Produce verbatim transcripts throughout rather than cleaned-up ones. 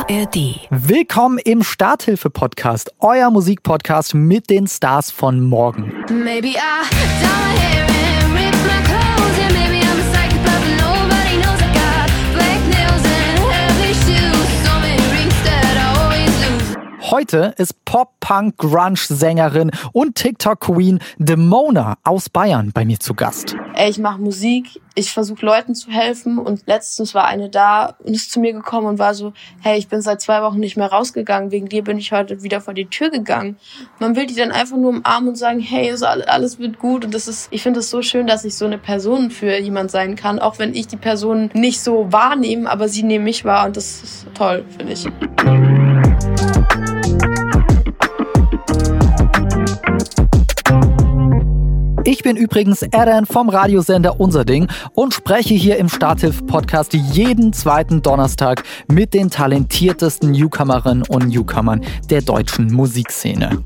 A R D. Willkommen im Starthilfe-Podcast, euer Musikpodcast mit den Stars von morgen. Maybe I don't hear him rip my clothes, and maybe I'm a psychic, but nobody knows I got black nails and heavy shoes, so many rings that I always lose. Heute ist Pop-Punk-Grunge-Sängerin und TikTok-Queen Demona aus Bayern bei mir zu Gast. Ey, ich mache Musik, ich versuche Leuten zu helfen und letztens war eine da und ist zu mir gekommen und war so, hey, ich bin seit zwei Wochen nicht mehr rausgegangen, wegen dir bin ich heute wieder vor die Tür gegangen. Man will die dann einfach nur umarmen und sagen, hey, alles wird gut, und das ist, ich finde es so schön, dass ich so eine Person für jemand sein kann, auch wenn ich die Person nicht so wahrnehme, aber sie nehmen mich wahr, und das ist toll, finde ich. Ich bin übrigens Eren vom Radiosender Unser Ding und spreche hier im Starthilfe-Podcast jeden zweiten Donnerstag mit den talentiertesten Newcomerinnen und Newcomern der deutschen Musikszene.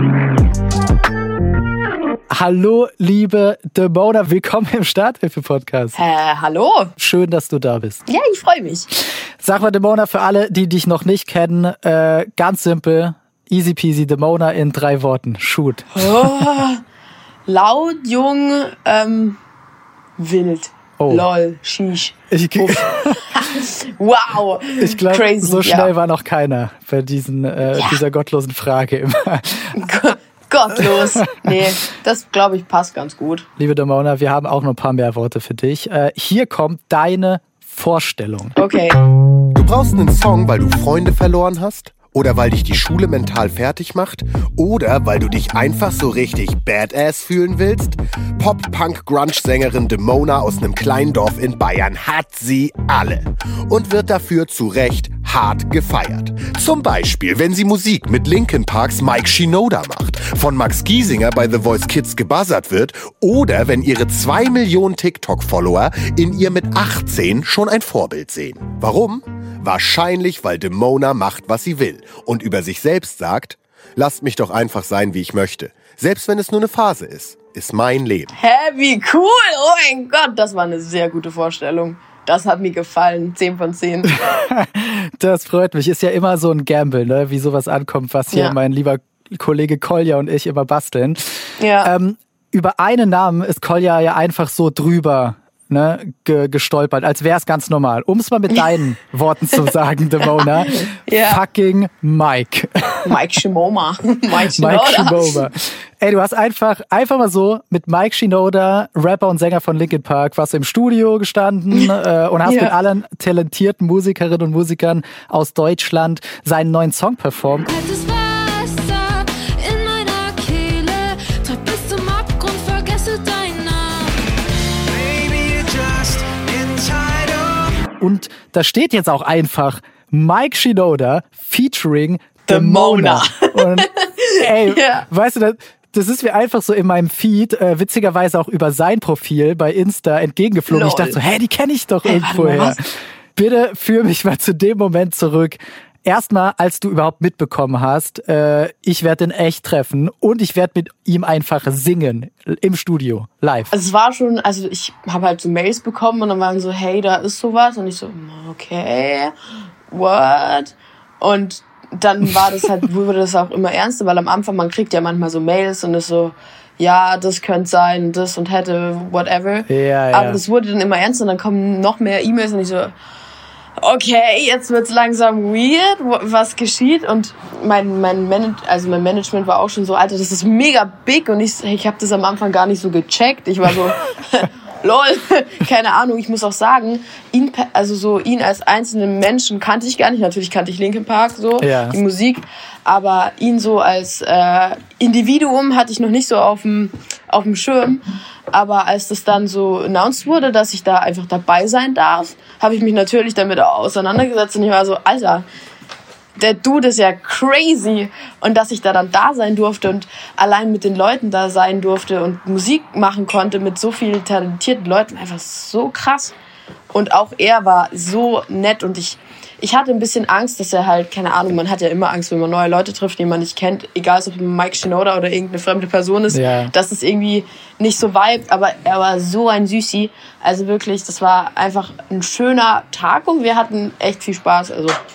Hallo, liebe Demona, willkommen im Starthilfe-Podcast. Äh, hallo. Schön, dass du da bist. Ja, ich freue mich. Sag mal, Demona, für alle, die dich noch nicht kennen, äh, ganz simpel, easy peasy, Demona in drei Worten. Shoot. Oh. Laut, jung, ähm, wild. Oh. Lol, sheesh. Ich, wow. Ich glaube, so schnell ja. war noch keiner bei diesen, äh, ja. dieser gottlosen Frage immer. Gottlos. Nee, das, glaube ich, passt ganz gut. Liebe Demona, wir haben auch noch ein paar mehr Worte für dich. Äh, hier kommt deine Vorstellung. Okay. Du brauchst einen Song, weil du Freunde verloren hast? Oder weil dich die Schule mental fertig macht? Oder weil du dich einfach so richtig badass fühlen willst? Pop-Punk-Grunge-Sängerin Demona aus einem kleinen Dorf in Bayern hat sie alle und wird dafür zu Recht hart gefeiert. Zum Beispiel, wenn sie Musik mit Linkin Parks Mike Shinoda macht, von Max Giesinger bei The Voice Kids gebuzzert wird, oder wenn ihre zwei Millionen TikTok-Follower in ihr mit achtzehn schon ein Vorbild sehen. Warum? Wahrscheinlich, weil Demona macht, was sie will und über sich selbst sagt, lasst mich doch einfach sein, wie ich möchte. Selbst wenn es nur eine Phase ist, ist mein Leben. Hä, wie cool! Oh mein Gott, das war eine sehr gute Vorstellung. Das hat mir gefallen. zehn von zehn. Das freut mich. Ist ja immer so ein Gamble, ne? Wie sowas ankommt, was hier ja. mein lieber Kollege Kolja und ich immer basteln. Ja. Ähm, über einen Namen ist Kolja ja einfach so drüber Ne, ge- gestolpert, als wäre es ganz normal. Um es mal mit deinen Worten zu sagen, Demona, ja. fucking Mike. Mike Shinoda. Mike Shinoda. Mike Shinoda. Ey, du hast einfach, einfach mal so mit Mike Shinoda, Rapper und Sänger von Linkin Park, warst du im Studio gestanden äh, und hast ja. mit allen talentierten Musikerinnen und Musikern aus Deutschland seinen neuen Song performt. Und da steht jetzt auch einfach Mike Shinoda featuring Demona. Und ey, ja. weißt du, das, das ist mir einfach so in meinem Feed, äh, witzigerweise auch über sein Profil bei Insta entgegengeflogen. Lol. Ich dachte so, hä, die kenne ich doch hey, irgendwoher. Bitte führ mich mal zu dem Moment zurück. Erstmal, als du überhaupt mitbekommen hast, äh, ich werde den echt treffen und ich werde mit ihm einfach singen im Studio, live. Also es war schon, also ich habe halt so Mails bekommen und dann waren so, hey, da ist sowas, und ich so, okay, what? Und dann war das halt, wurde das auch immer ernster, weil am Anfang, man kriegt ja manchmal so Mails und ist so, ja, das könnte sein, das und hätte, whatever. Ja, ja. Aber das wurde dann immer ernster und dann kommen noch mehr E-Mails und ich so, okay, jetzt wird's langsam weird, was geschieht, und mein mein Man- also mein Management war auch schon so, Alter, das ist mega big, und ich ich habe das am Anfang gar nicht so gecheckt. Ich war so lol, keine Ahnung. Ich muss auch sagen, ihn also so ihn als einzelnen Menschen kannte ich gar nicht. Natürlich kannte ich Linkin Park so, ja. die Musik, aber ihn so als äh, Individuum hatte ich noch nicht so auf dem auf dem Schirm. Aber als das dann so announced wurde, dass ich da einfach dabei sein darf, habe ich mich natürlich damit auseinandergesetzt und ich war so, Alter, der Dude ist ja crazy. Und dass ich da dann da sein durfte und allein mit den Leuten da sein durfte und Musik machen konnte mit so vielen talentierten Leuten, einfach so krass. Und auch er war so nett und ich ich hatte ein bisschen Angst, dass er halt, keine Ahnung, man hat ja immer Angst, wenn man neue Leute trifft, die man nicht kennt, egal ob es Mike Shinoda oder irgendeine fremde Person ist, ja. dass es irgendwie nicht so vibet, aber er war so ein Süßi. Also wirklich, das war einfach ein schöner Tag und wir hatten echt viel Spaß. Also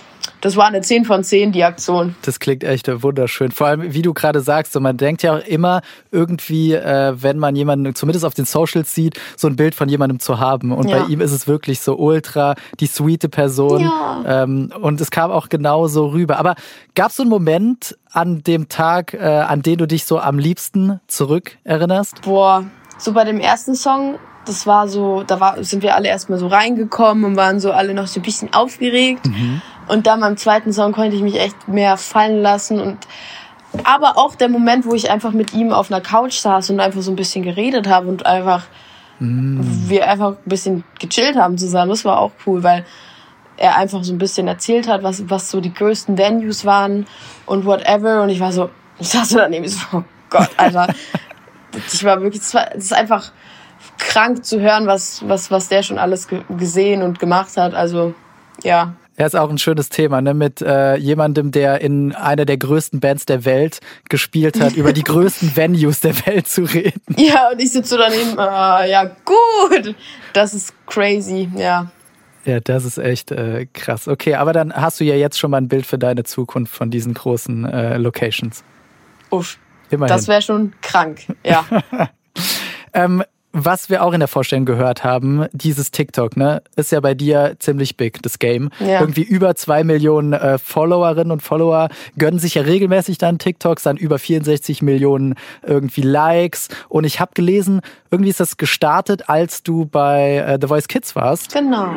das war eine zehn von zehn, die Aktion. Das klingt echt wunderschön. Vor allem, wie du gerade sagst, so man denkt ja auch immer irgendwie, äh, wenn man jemanden zumindest auf den Socials sieht, so ein Bild von jemandem zu haben. Und Ja. bei ihm ist es wirklich so ultra die sweete Person. Ja. Ähm, und es kam auch genau so rüber. Aber gab es so einen Moment an dem Tag, äh, an den du dich so am liebsten zurückerinnerst? Boah, so bei dem ersten Song, das war so, da war, sind wir alle erstmal so reingekommen und waren so alle noch so ein bisschen aufgeregt. Mhm. Und dann beim zweiten Song konnte ich mich echt mehr fallen lassen. Und aber auch der Moment, wo ich einfach mit ihm auf einer Couch saß und einfach so ein bisschen geredet habe und einfach wir einfach ein bisschen gechillt haben zusammen, das war auch cool, weil er einfach so ein bisschen erzählt hat, was, was so die größten Venues waren und whatever. Und ich war so, ich saß so daneben, ich so, oh Gott, Alter. Ich war wirklich, es war- es ist einfach krank zu hören, was, was, was der schon alles ge- gesehen und gemacht hat. Also, ja. Ja, ist auch ein schönes Thema, ne? Mit äh, jemandem, der in einer der größten Bands der Welt gespielt hat, über die größten Venues der Welt zu reden. Ja, und ich sitze so daneben, äh, ja, gut. Das ist crazy, ja. Ja, das ist echt äh, krass. Okay, aber dann hast du ja jetzt schon mal ein Bild für deine Zukunft von diesen großen äh, Locations. Uff. Immerhin. Das wäre schon krank, ja. Ähm, was wir auch in der Vorstellung gehört haben, dieses TikTok, ne, ist ja bei dir ziemlich big, das Game. Ja. Irgendwie über zwei Millionen äh, Followerinnen und Follower gönnen sich ja regelmäßig dann TikToks, dann über vierundsechzig Millionen irgendwie Likes. Und ich habe gelesen, irgendwie ist das gestartet, als du bei äh, The Voice Kids warst. Genau.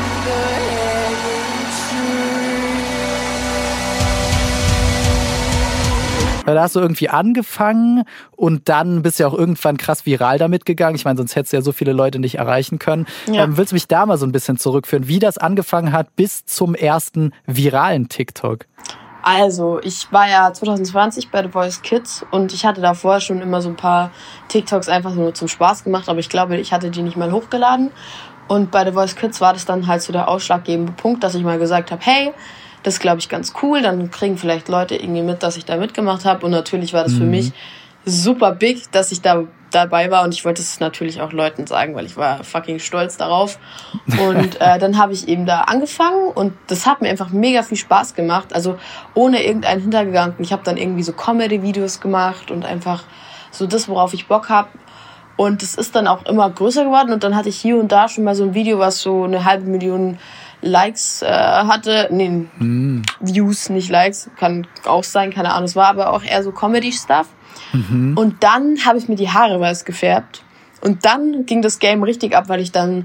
Da hast du irgendwie angefangen und dann bist du ja auch irgendwann krass viral damit gegangen. Ich meine, sonst hättest du ja so viele Leute nicht erreichen können. Ja. Ähm, willst du mich da mal so ein bisschen zurückführen, wie das angefangen hat bis zum ersten viralen TikTok? Also, ich war ja zwanzig zwanzig bei The Voice Kids und ich hatte davor schon immer so ein paar TikToks einfach nur zum Spaß gemacht, aber ich glaube, ich hatte die nicht mal hochgeladen. Und bei The Voice Kids war das dann halt so der ausschlaggebende Punkt, dass ich mal gesagt habe, hey, das ist, glaube ich, ganz cool, dann kriegen vielleicht Leute irgendwie mit, dass ich da mitgemacht habe. Und natürlich war das für mich super big, dass ich da dabei war und ich wollte es natürlich auch Leuten sagen, weil ich war fucking stolz darauf. Und äh, dann habe ich eben da angefangen und das hat mir einfach mega viel Spaß gemacht, also ohne irgendeinen Hintergedanken. Ich habe dann irgendwie so Comedy-Videos gemacht und einfach so das, worauf ich Bock habe. Und es ist dann auch immer größer geworden und dann hatte ich hier und da schon mal so ein Video, was so eine halbe Million Likes äh, hatte. Nee, Views, nicht Likes, kann auch sein, keine Ahnung. Es war aber auch eher so Comedy-Stuff. Und dann habe ich mir die Haare weiß gefärbt. Und dann ging das Game richtig ab, weil ich dann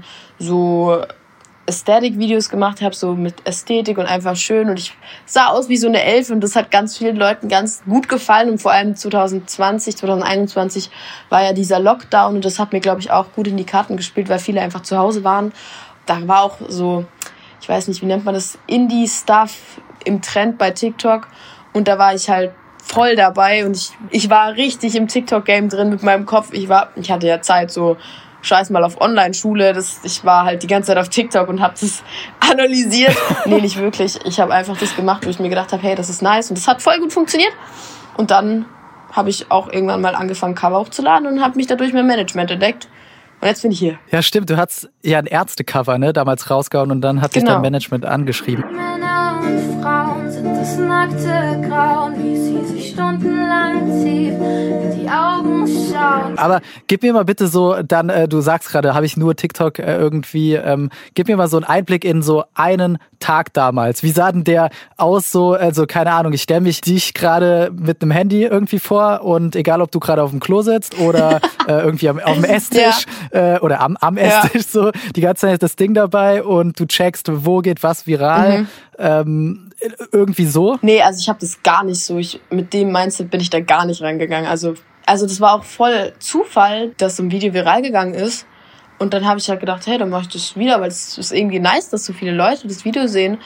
so Ästhetik-Videos gemacht habe, so mit Ästhetik und einfach schön. Und ich sah aus wie so eine Elfe und das hat ganz vielen Leuten ganz gut gefallen. Und vor allem zwanzig zwanzig, zwanzig einundzwanzig war ja dieser Lockdown und das hat mir, glaube ich, auch gut in die Karten gespielt, weil viele einfach zu Hause waren. Da war auch so, ich weiß nicht, wie nennt man das, Indie-Stuff im Trend bei TikTok. Und da war ich halt voll dabei und ich, ich war richtig im TikTok-Game drin mit meinem Kopf. Ich war, ich hatte ja Zeit, so scheiß mal auf Online-Schule. Das, ich war halt die ganze Zeit auf TikTok und habe das analysiert. Nee, nicht wirklich. Ich habe einfach das gemacht, wo ich mir gedacht habe, hey, das ist nice. Und das hat voll gut funktioniert. Und dann habe ich auch irgendwann mal angefangen, Cover hochzuladen und habe mich dadurch mein Management entdeckt. Und jetzt bin ich hier. Ja, stimmt, du hattest ja ein Ärztecover, ne, damals rausgehauen und dann hat sich Genau. dein Management angeschrieben. Männer und Frauen sind das nackte Grauen, wie sie sich stundenlang tief in die Augen schauen. Aber gib mir mal bitte so, dann, äh, du sagst gerade, habe ich nur TikTok äh, irgendwie, ähm, gib mir mal so einen Einblick in so einen Tag damals. Wie sah denn der aus so, also keine Ahnung, ich stelle mich dich gerade mit einem Handy irgendwie vor und egal, ob du gerade auf dem Klo sitzt oder äh, irgendwie am, auf dem Esstisch äh, oder am, am Ja. Esstisch so, die ganze Zeit das Ding dabei und du checkst, wo geht was viral, Mhm. ähm, irgendwie so. Nee, also ich habe das gar nicht so. Ich, mit dem Mindset bin ich da gar nicht rangegangen. Also, also das war auch voll Zufall, dass so ein Video viral gegangen ist. Und dann habe ich halt gedacht, hey, dann mache ich das wieder, weil es ist irgendwie nice, dass so viele Leute das Video sehen.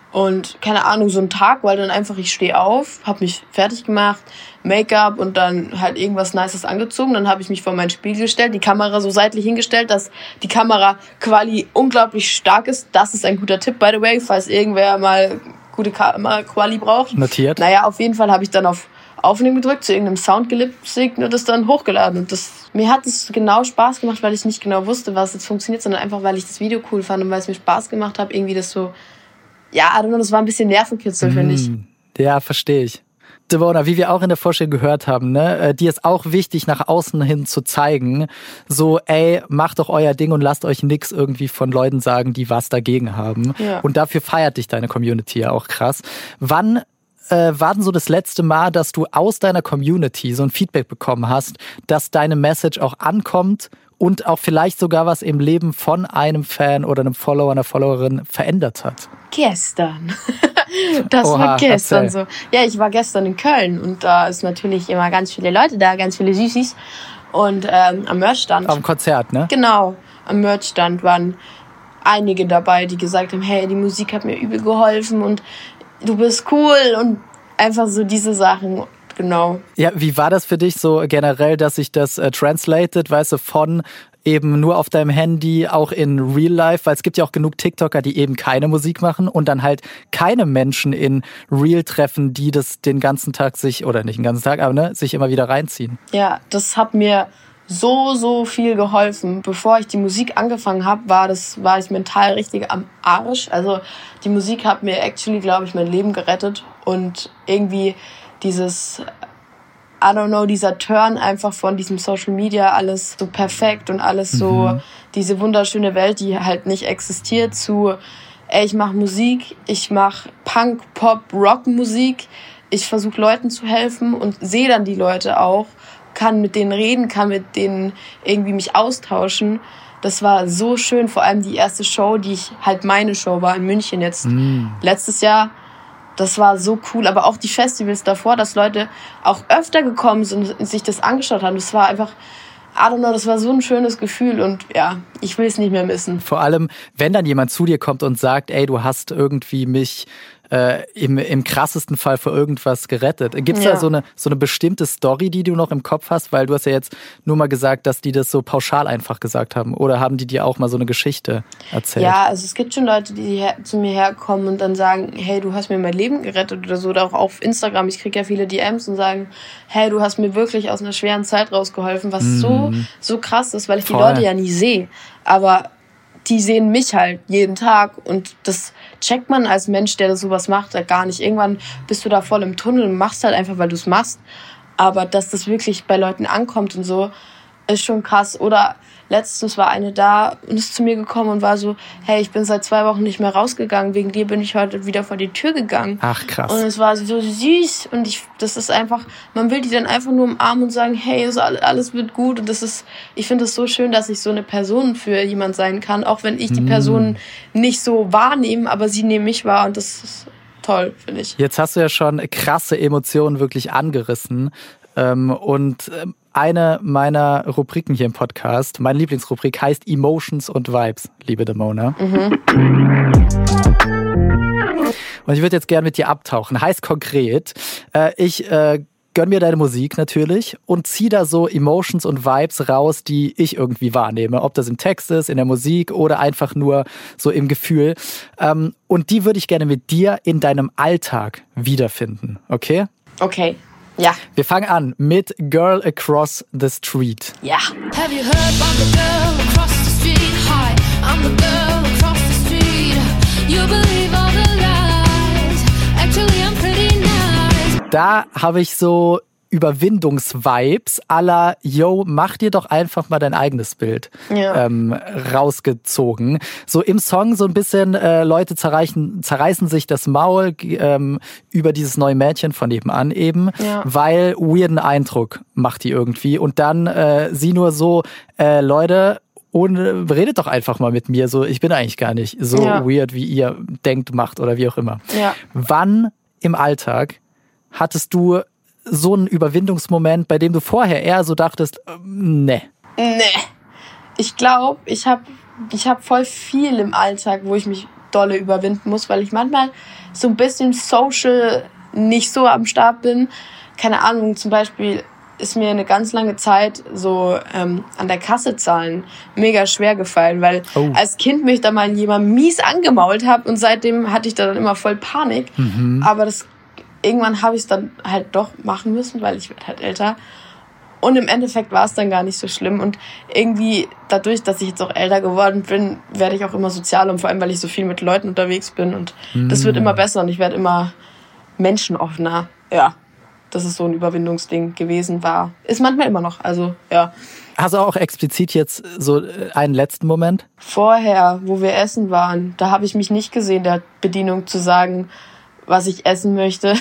Und keine Ahnung, so ein Tag, weil dann einfach, ich stehe auf, habe mich fertig gemacht, Make-up und dann halt irgendwas Nices angezogen. Dann habe ich mich vor meinen Spiegel gestellt, die Kamera so seitlich hingestellt, dass die Kamera-Quali unglaublich stark ist. Das ist ein guter Tipp, by the way, falls irgendwer mal gute Kamera-Quali braucht. Notiert. Naja, auf jeden Fall habe ich dann auf Aufnehmen gedrückt, zu irgendeinem Sound gelipsingt und das dann hochgeladen. Und das, mir hat es genau Spaß gemacht, weil ich nicht genau wusste, was jetzt funktioniert, sondern einfach, weil ich das Video cool fand und weil es mir Spaß gemacht hat, irgendwie das so ja, I don't know, das war ein bisschen Nervenkitzel, finde ich. Ja, verstehe ich. Devona, wie wir auch in der Vorstellung gehört haben, ne, äh, dir ist auch wichtig, nach außen hin zu zeigen, so, ey, macht doch euer Ding und lasst euch nix irgendwie von Leuten sagen, die was dagegen haben. Ja. Und dafür feiert dich deine Community ja auch krass. Wann äh, war denn so das letzte Mal, dass du aus deiner Community so ein Feedback bekommen hast, dass deine Message auch ankommt und auch vielleicht sogar was im Leben von einem Fan oder einem Follower, einer Followerin verändert hat? Gestern. Das Oha, war gestern erzähl. so. Ja, ich war gestern in Köln und da ist natürlich immer ganz viele Leute da, ganz viele Süßis. Und ähm, am Merchstand. Auf dem Konzert, ne? Genau, am Merchstand waren einige dabei, die gesagt haben, hey, die Musik hat mir übel geholfen und du bist cool und einfach so diese Sachen. Genau. Ja, wie war das für dich so generell, dass sich das äh, translated, weißt du, von eben nur auf deinem Handy auch in Real Life, weil es gibt ja auch genug TikToker, die eben keine Musik machen und dann halt keine Menschen in Real treffen, die das den ganzen Tag sich, oder nicht den ganzen Tag, aber ne, sich immer wieder reinziehen. Ja, das hat mir so, so viel geholfen. Bevor ich die Musik angefangen habe, war das, war ich mental richtig am Arsch. Also die Musik hat mir actually, glaube ich, mein Leben gerettet und irgendwie dieses, I don't know, dieser Turn einfach von diesem Social Media, alles so perfekt und alles so, Mhm. diese wunderschöne Welt, die halt nicht existiert, zu, ey, ich mache Musik, ich mache Punk, Pop, Rock-Musik, ich versuche Leuten zu helfen und sehe dann die Leute auch, kann mit denen reden, kann mit denen irgendwie mich austauschen. Das war so schön, vor allem die erste Show, die ich, halt meine Show war in München jetzt Mhm. letztes Jahr. Das war so cool, aber auch die Festivals davor, dass Leute auch öfter gekommen sind und sich das angeschaut haben. Das war einfach, I don't know, das war so ein schönes Gefühl und ja, ich will es nicht mehr missen. Vor allem, wenn dann jemand zu dir kommt und sagt, ey, du hast irgendwie mich äh, im, im krassesten Fall vor irgendwas gerettet. Gibt es Ja. da so eine, so eine bestimmte Story, die du noch im Kopf hast? Weil du hast ja jetzt nur mal gesagt, dass die das so pauschal einfach gesagt haben. Oder haben die dir auch mal so eine Geschichte erzählt? Ja, also es gibt schon Leute, die her, zu mir herkommen und dann sagen, hey, du hast mir mein Leben gerettet oder so. Oder auch auf Instagram, ich kriege ja viele D Ms und sagen, hey, du hast mir wirklich aus einer schweren Zeit rausgeholfen, was so, so krass ist, weil ich Voll. die Leute ja nie sehe. Aber die sehen mich halt jeden Tag und das checkt man als Mensch, der das sowas macht, halt gar nicht. Irgendwann bist du da voll im Tunnel und machst halt einfach, weil du es machst. Aber dass das wirklich bei Leuten ankommt und so, ist schon krass. Oder letztens war eine da und ist zu mir gekommen und war so, hey, ich bin seit zwei Wochen nicht mehr rausgegangen, wegen dir bin ich heute wieder vor die Tür gegangen. Ach, krass. Und es war so süß und ich, das ist einfach, man will die dann einfach nur umarmen und sagen, hey, es alles, alles wird gut und das ist, ich finde es so schön, dass ich so eine Person für jemand sein kann, auch wenn ich die Person nicht so wahrnehme, aber sie nehmen mich wahr und das ist toll, finde ich. Jetzt hast du ja schon krasse Emotionen wirklich angerissen. Ähm, und ähm, eine meiner Rubriken hier im Podcast, meine Lieblingsrubrik, heißt Emotions und Vibes, liebe Damona. Und ich würde jetzt gerne mit dir abtauchen. Heißt konkret, äh, ich äh, gönn mir deine Musik natürlich und zieh da so Emotions und Vibes raus, die ich irgendwie wahrnehme. Ob das im Text ist, in der Musik oder einfach nur so im Gefühl. Ähm, und die würde ich gerne mit dir in deinem Alltag wiederfinden, okay? Okay, ja, Wir fangen an mit Girl Across the Street. ja. Have you heard about the girl across the street? Hi, I'm the girl across the street. You believe all the lies. Actually, I'm pretty nice. Da habe ich so Überwindungsvibes à la, yo, mach dir doch einfach mal dein eigenes Bild Ja. ähm, rausgezogen. So im Song so ein bisschen, äh, Leute zerreißen, zerreißen sich das Maul ähm, über dieses neue Mädchen von nebenan eben, Ja. weil weirden Eindruck macht die irgendwie. Und dann äh, sie nur so, äh, Leute, und äh, redet doch einfach mal mit mir. So, ich bin eigentlich gar nicht so Ja. weird, wie ihr denkt, macht oder wie auch immer. Ja. Wann im Alltag hattest du so einen Überwindungsmoment, bei dem du vorher eher so dachtest, ähm, ne. Nee. Ich glaube, ich habe ich hab voll viel im Alltag, wo ich mich dolle überwinden muss, weil ich manchmal so ein bisschen social nicht so am Start bin. Keine Ahnung, zum Beispiel ist mir eine ganz lange Zeit so ähm, an der Kasse zahlen mega schwer gefallen, weil Oh. als Kind mich da mal jemand mies angemault hat und seitdem hatte ich da dann immer voll Panik. Aber das irgendwann habe ich es dann halt doch machen müssen, weil ich werde halt älter. Und im Endeffekt war es dann gar nicht so schlimm. Und irgendwie dadurch, dass ich jetzt auch älter geworden bin, werde ich auch immer sozialer. Und vor allem, weil ich so viel mit Leuten unterwegs bin. Und mm. das wird immer besser und ich werde immer menschenoffener. Ja, das ist so ein Überwindungsding gewesen, war. Ist manchmal immer noch, also ja. Hast du auch explizit jetzt so einen letzten Moment? Vorher, wo wir essen waren, da habe ich mich nicht gesehen, der Bedienung zu sagen, was ich essen möchte.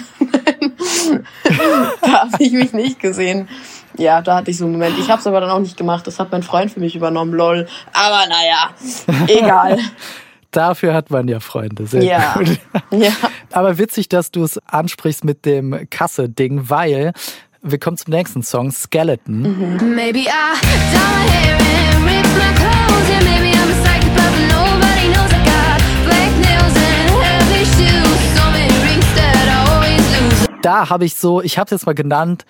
Da habe ich mich nicht gesehen. Ja, da hatte ich so einen Moment. Ich habe es aber dann auch nicht gemacht. Das hat mein Freund für mich übernommen, lol. Aber naja, egal. Dafür hat man ja Freunde. Sehr ja. gut. Ja. Aber witzig, dass du es ansprichst mit dem Kasse-Ding, weil wir kommen zum nächsten Song, Skeleton. Mhm. Maybe I dye my hair and rip my clothes. Yeah, maybe I'm a psychopath, but nobody knows I got black nails and heavy shoes. So many rings that I always lose. Da habe ich so, ich habe es jetzt mal genannt,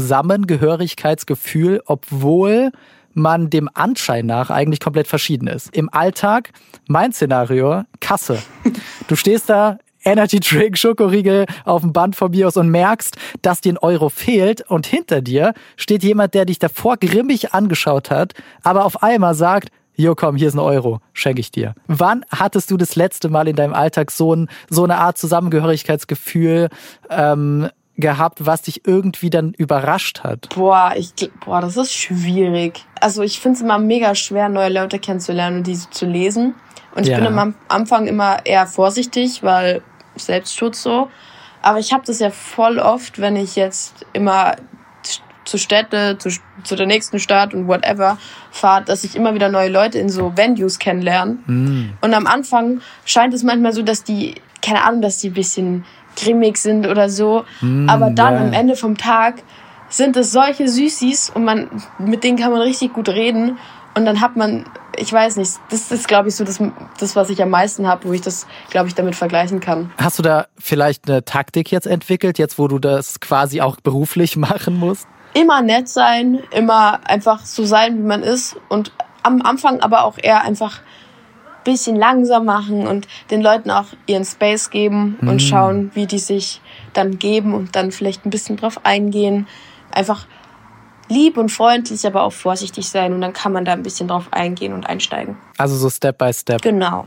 Zusammengehörigkeitsgefühl, obwohl man dem Anschein nach eigentlich komplett verschieden ist. Im Alltag, mein Szenario, Kasse. Du stehst da, Energy Drink, Schokoriegel auf dem Band von mir aus und merkst, dass dir ein Euro fehlt und hinter dir steht jemand, der dich davor grimmig angeschaut hat, aber auf einmal sagt, jo komm, hier ist ein Euro, schenke ich dir. Wann hattest du das letzte Mal in deinem Alltag so, ein, so eine Art Zusammengehörigkeitsgefühl ähm, gehabt, was dich irgendwie dann überrascht hat? Boah, ich, boah, das ist schwierig. Also ich finde es immer mega schwer, neue Leute kennenzulernen und diese zu lesen. Und ich ja. bin am Anfang immer eher vorsichtig, weil Selbstschutz so. Aber ich habe das ja voll oft, wenn ich jetzt immer zu Städte, zu, zu der nächsten Stadt und whatever fahre, dass ich immer wieder neue Leute in so Venues kennenlerne. Mm. Und am Anfang scheint es manchmal so, dass die, keine Ahnung, dass die ein bisschen grimmig sind oder so. Mm, aber dann yeah. am Ende vom Tag sind es solche Süßis und man, mit denen kann man richtig gut reden. Und dann hat man, ich weiß nicht, das ist, glaube ich, so das, das, was ich am meisten habe, wo ich das, glaube ich, damit vergleichen kann. Hast du da vielleicht eine Taktik jetzt entwickelt, jetzt wo du das quasi auch beruflich machen musst? Immer nett sein, immer einfach so sein, wie man ist. Und am Anfang aber auch eher einfach ein bisschen langsam machen und den Leuten auch ihren Space geben und mm. schauen, wie die sich dann geben und dann vielleicht ein bisschen drauf eingehen. Einfach lieb und freundlich, aber auch vorsichtig sein und dann kann man da ein bisschen drauf eingehen und einsteigen. Also so Step by Step. Genau.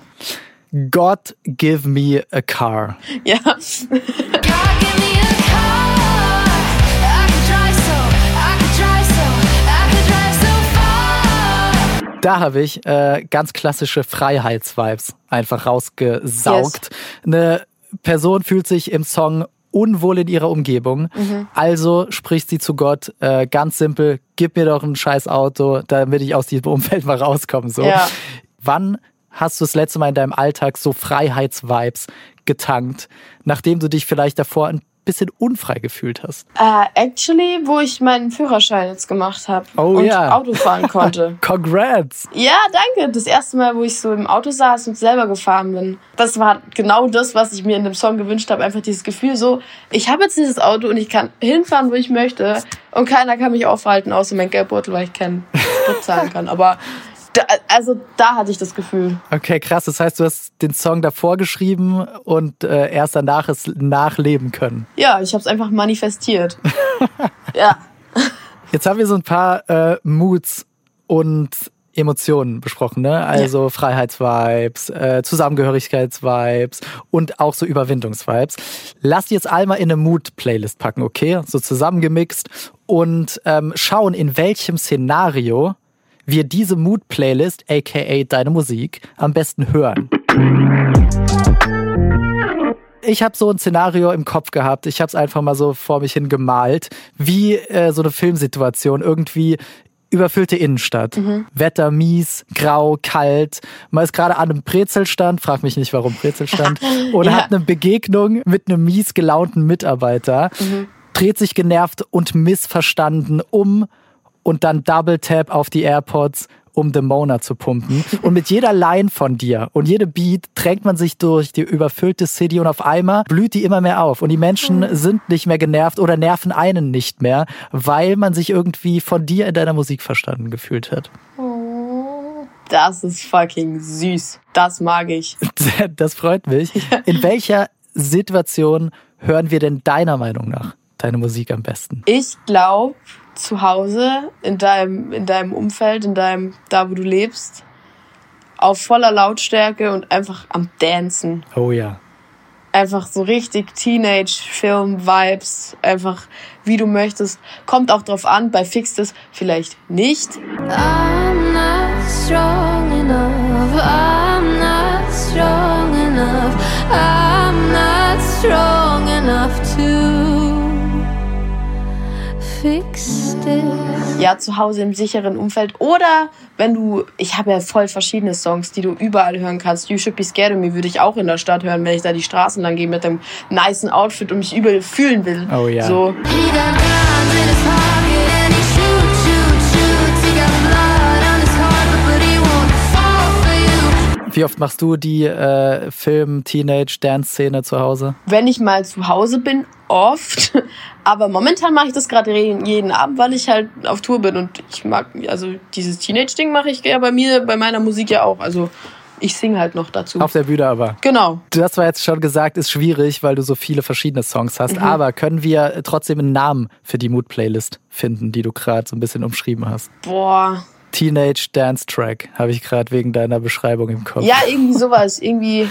God give me a car. Ja. God, give me a car. I could drive so, I could drive so, I could drive so far. Da habe ich äh, ganz klassische Freiheitsvibes einfach rausgesaugt. Yes. Eine Person fühlt sich im Song unwohl in ihrer Umgebung. Mhm. Also spricht sie zu Gott, äh, ganz simpel, gib mir doch ein scheiß Auto, damit ich aus diesem Umfeld mal rauskomme. So. Ja. Wann hast du das letzte Mal in deinem Alltag so Freiheitsvibes getankt, nachdem du dich vielleicht davor ein bisschen unfrei gefühlt hast? Uh, actually, wo ich meinen Führerschein jetzt gemacht habe oh, und ja. Auto fahren konnte. Congrats! Ja, danke. Das erste Mal, wo ich so im Auto saß und selber gefahren bin. Das war genau das, was ich mir in dem Song gewünscht habe. Einfach dieses Gefühl so, ich habe jetzt dieses Auto und ich kann hinfahren, wo ich möchte und keiner kann mich aufhalten, außer mein Geldbeutel, weil ich keinen Sprit zahlen kann. Aber Da, also da hatte ich das Gefühl. Okay, krass. Das heißt, du hast den Song davor geschrieben und äh, erst danach es nachleben können. Ja, ich habe es einfach manifestiert. Ja. Jetzt haben wir so ein paar äh, Moods und Emotionen besprochen, ne? Also ja. Freiheitsvibes, äh, Zusammengehörigkeitsvibes und auch so Überwindungsvibes. Lass die jetzt einmal in eine Mood-Playlist packen, okay? So zusammengemixt und ähm, schauen, in welchem Szenario wir diese Mood-Playlist, aka deine Musik, am besten hören. Ich habe so ein Szenario im Kopf gehabt, ich habe es einfach mal so vor mich hin gemalt, wie äh, so eine Filmsituation, irgendwie überfüllte Innenstadt. Mhm. Wetter mies, grau, kalt. Man ist gerade an einem Brezelstand, frag mich nicht, warum Brezelstand, und ja. hat eine Begegnung mit einem mies gelaunten Mitarbeiter, mhm. dreht sich genervt und missverstanden um und dann Double Tap auf die AirPods, um The Mona zu pumpen. Und mit jeder Line von dir und jedem Beat drängt man sich durch die überfüllte City und auf einmal blüht die immer mehr auf. Und die Menschen sind nicht mehr genervt oder nerven einen nicht mehr, weil man sich irgendwie von dir in deiner Musik verstanden gefühlt hat. Das ist fucking süß. Das mag ich. Das freut mich. In welcher Situation hören wir denn deiner Meinung nach deine Musik am besten? Ich glaube, zu Hause, in deinem, in deinem Umfeld, in deinem, da wo du lebst, auf voller Lautstärke und einfach am Dancen. Oh ja. Einfach so richtig Teenage-Film-Vibes, einfach wie du möchtest. Kommt auch drauf an, bei Fixes vielleicht nicht. I'm not strong enough. I'm not strong enough. I'm not strong enough to fix this. Ja, zu Hause im sicheren Umfeld. Oder wenn du, ich habe ja voll verschiedene Songs, die du überall hören kannst. You Should Be Scared of Me würde ich auch in der Stadt hören, wenn ich da die Straßen lang gehe mit einem nicen Outfit und mich übel fühlen will. Oh ja. So. He got guns in his pocket and he shoot, shoot, shoots. He got blood on his heart, but he won't fall for you. Wie oft machst du die äh, Film-Teenage-Dance-Szene zu Hause? Wenn ich mal zu Hause bin, oft. Aber momentan mache ich das gerade jeden Abend, weil ich halt auf Tour bin. Und ich mag, also dieses Teenage-Ding mache ich ja bei mir, bei meiner Musik ja auch. Also ich singe halt noch dazu. Auf der Bühne aber. Genau. Du hast zwar jetzt schon gesagt, ist schwierig, weil du so viele verschiedene Songs hast. Mhm. Aber können wir trotzdem einen Namen für die Mood-Playlist finden, die du gerade so ein bisschen umschrieben hast? Boah. Teenage Dance Track habe ich gerade wegen deiner Beschreibung im Kopf. Ja, irgendwie sowas. Irgendwie.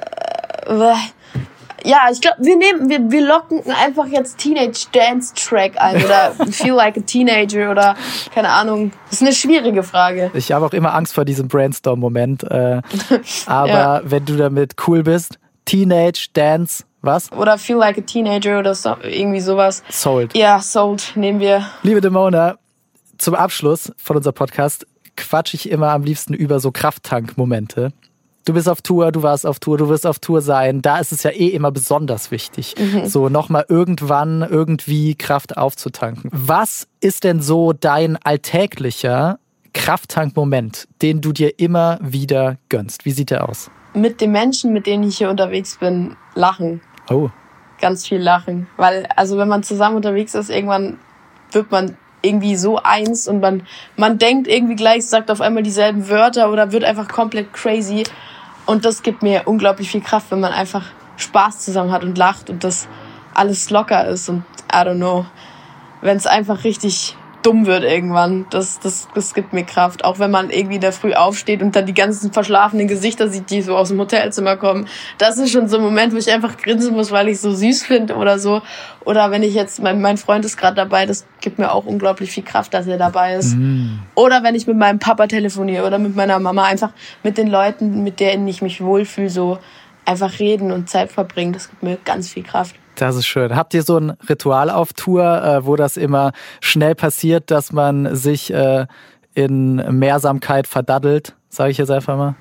Äh, ja, ich glaube, wir nehmen, wir, wir locken einfach jetzt Teenage Dance Track ein oder Feel Like a Teenager oder keine Ahnung. Das ist eine schwierige Frage. Ich habe auch immer Angst vor diesem Brainstorm-Moment. Äh, aber Ja. wenn du damit cool bist, Teenage Dance, was? Oder Feel Like a Teenager oder so, irgendwie sowas. Sold. Ja, sold, nehmen wir. Liebe Demona, zum Abschluss von unserem Podcast quatsche ich immer am liebsten über so Krafttank-Momente. Du bist auf Tour, du warst auf Tour, du wirst auf Tour sein. Da ist es ja eh immer besonders wichtig, mhm. so nochmal irgendwann irgendwie Kraft aufzutanken. Was ist denn so dein alltäglicher Krafttankmoment, den du dir immer wieder gönnst? Wie sieht der aus? Mit den Menschen, mit denen ich hier unterwegs bin, lachen. Oh. Ganz viel lachen. Weil, also wenn man zusammen unterwegs ist, irgendwann wird man irgendwie so eins und man, man denkt irgendwie gleich, sagt auf einmal dieselben Wörter oder wird einfach komplett crazy. Und das gibt mir unglaublich viel Kraft, wenn man einfach Spaß zusammen hat und lacht und das alles locker ist und I don't know, wenn es einfach richtig dumm wird irgendwann, das, das, das gibt mir Kraft. Auch wenn man irgendwie da früh aufsteht und dann die ganzen verschlafenen Gesichter sieht, die so aus dem Hotelzimmer kommen. Das ist schon so ein Moment, wo ich einfach grinsen muss, weil ich es so süß finde oder so. Oder wenn ich jetzt, mein, mein Freund ist gerade dabei, das gibt mir auch unglaublich viel Kraft, dass er dabei ist. Mm. Oder wenn ich mit meinem Papa telefoniere oder mit meiner Mama, einfach mit den Leuten, mit denen ich mich wohlfühle, so einfach reden und Zeit verbringen, das gibt mir ganz viel Kraft. Das ist schön. Habt ihr so ein Ritual auf Tour, äh, wo das immer schnell passiert, dass man sich äh, in Mehrsamkeit verdaddelt, sage ich jetzt einfach mal?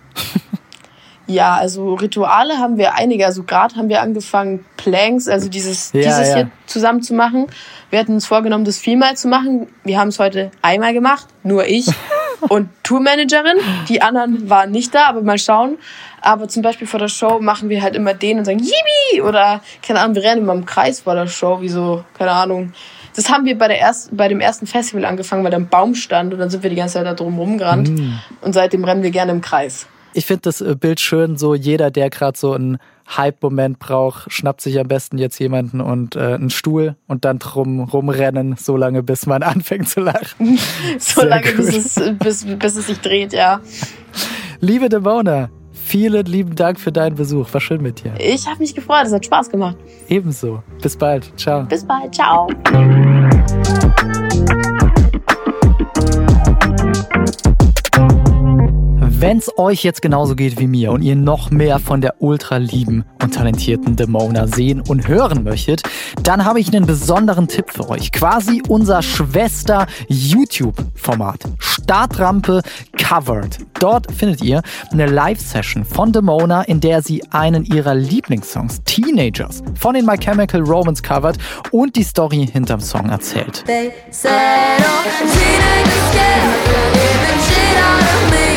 Ja, also Rituale haben wir einige. Also gerade haben wir angefangen, Planks, also dieses, ja, dieses ja. hier zusammen zu machen. Wir hatten uns vorgenommen, das viermal zu machen. Wir haben es heute einmal gemacht, nur ich und Tourmanagerin. Die anderen waren nicht da, aber mal schauen. Aber zum Beispiel vor der Show machen wir halt immer den und sagen Yippie! Oder, keine Ahnung, wir rennen immer im Kreis vor der Show, wie so, keine Ahnung. Das haben wir bei, der ersten, bei dem ersten Festival angefangen, weil da ein Baum stand und dann sind wir die ganze Zeit da drum rumgerannt. Mm. Und seitdem rennen wir gerne im Kreis. Ich finde das Bild schön, so jeder, der gerade so einen Hype-Moment braucht, schnappt sich am besten jetzt jemanden und äh, einen Stuhl und dann drum rumrennen, so lange, bis man anfängt zu lachen. so Sehr lange, bis es, bis, bis es sich dreht, ja. Liebe Demona, vielen lieben Dank für deinen Besuch. War schön mit dir. Ich habe mich gefreut, es hat Spaß gemacht. Ebenso. Bis bald. Ciao. Bis bald. Ciao. Wenn es euch jetzt genauso geht wie mir und ihr noch mehr von der ultra lieben und talentierten Demona sehen und hören möchtet, dann habe ich einen besonderen Tipp für euch. Quasi unser Schwester-YouTube-Format. Startrampe Covered. Dort findet ihr eine Live-Session von Demona, in der sie einen ihrer Lieblingssongs, Teenagers, von den My Chemical Romance covert und die Story hinterm Song erzählt. They said, oh, teenagers scared, they're living shit out of me.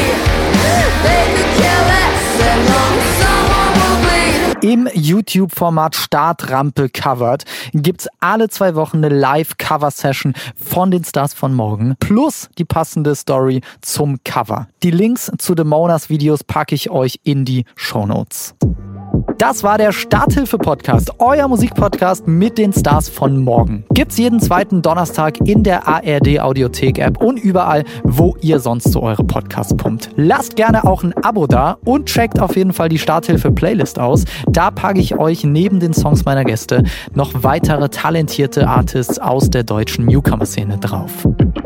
Im YouTube-Format Startrampe Covered gibt's alle zwei Wochen eine Live-Cover-Session von den Stars von morgen plus die passende Story zum Cover. Die Links zu Demonas Videos packe ich euch in die Shownotes. Das war der Starthilfe-Podcast, euer Musikpodcast mit den Stars von morgen. Gibt's jeden zweiten Donnerstag in der A R D-Audiothek-App und überall, wo ihr sonst so eure Podcasts pumpt. Lasst gerne auch ein Abo da und checkt auf jeden Fall die Starthilfe-Playlist aus. Da packe ich euch neben den Songs meiner Gäste noch weitere talentierte Artists aus der deutschen Newcomer-Szene drauf.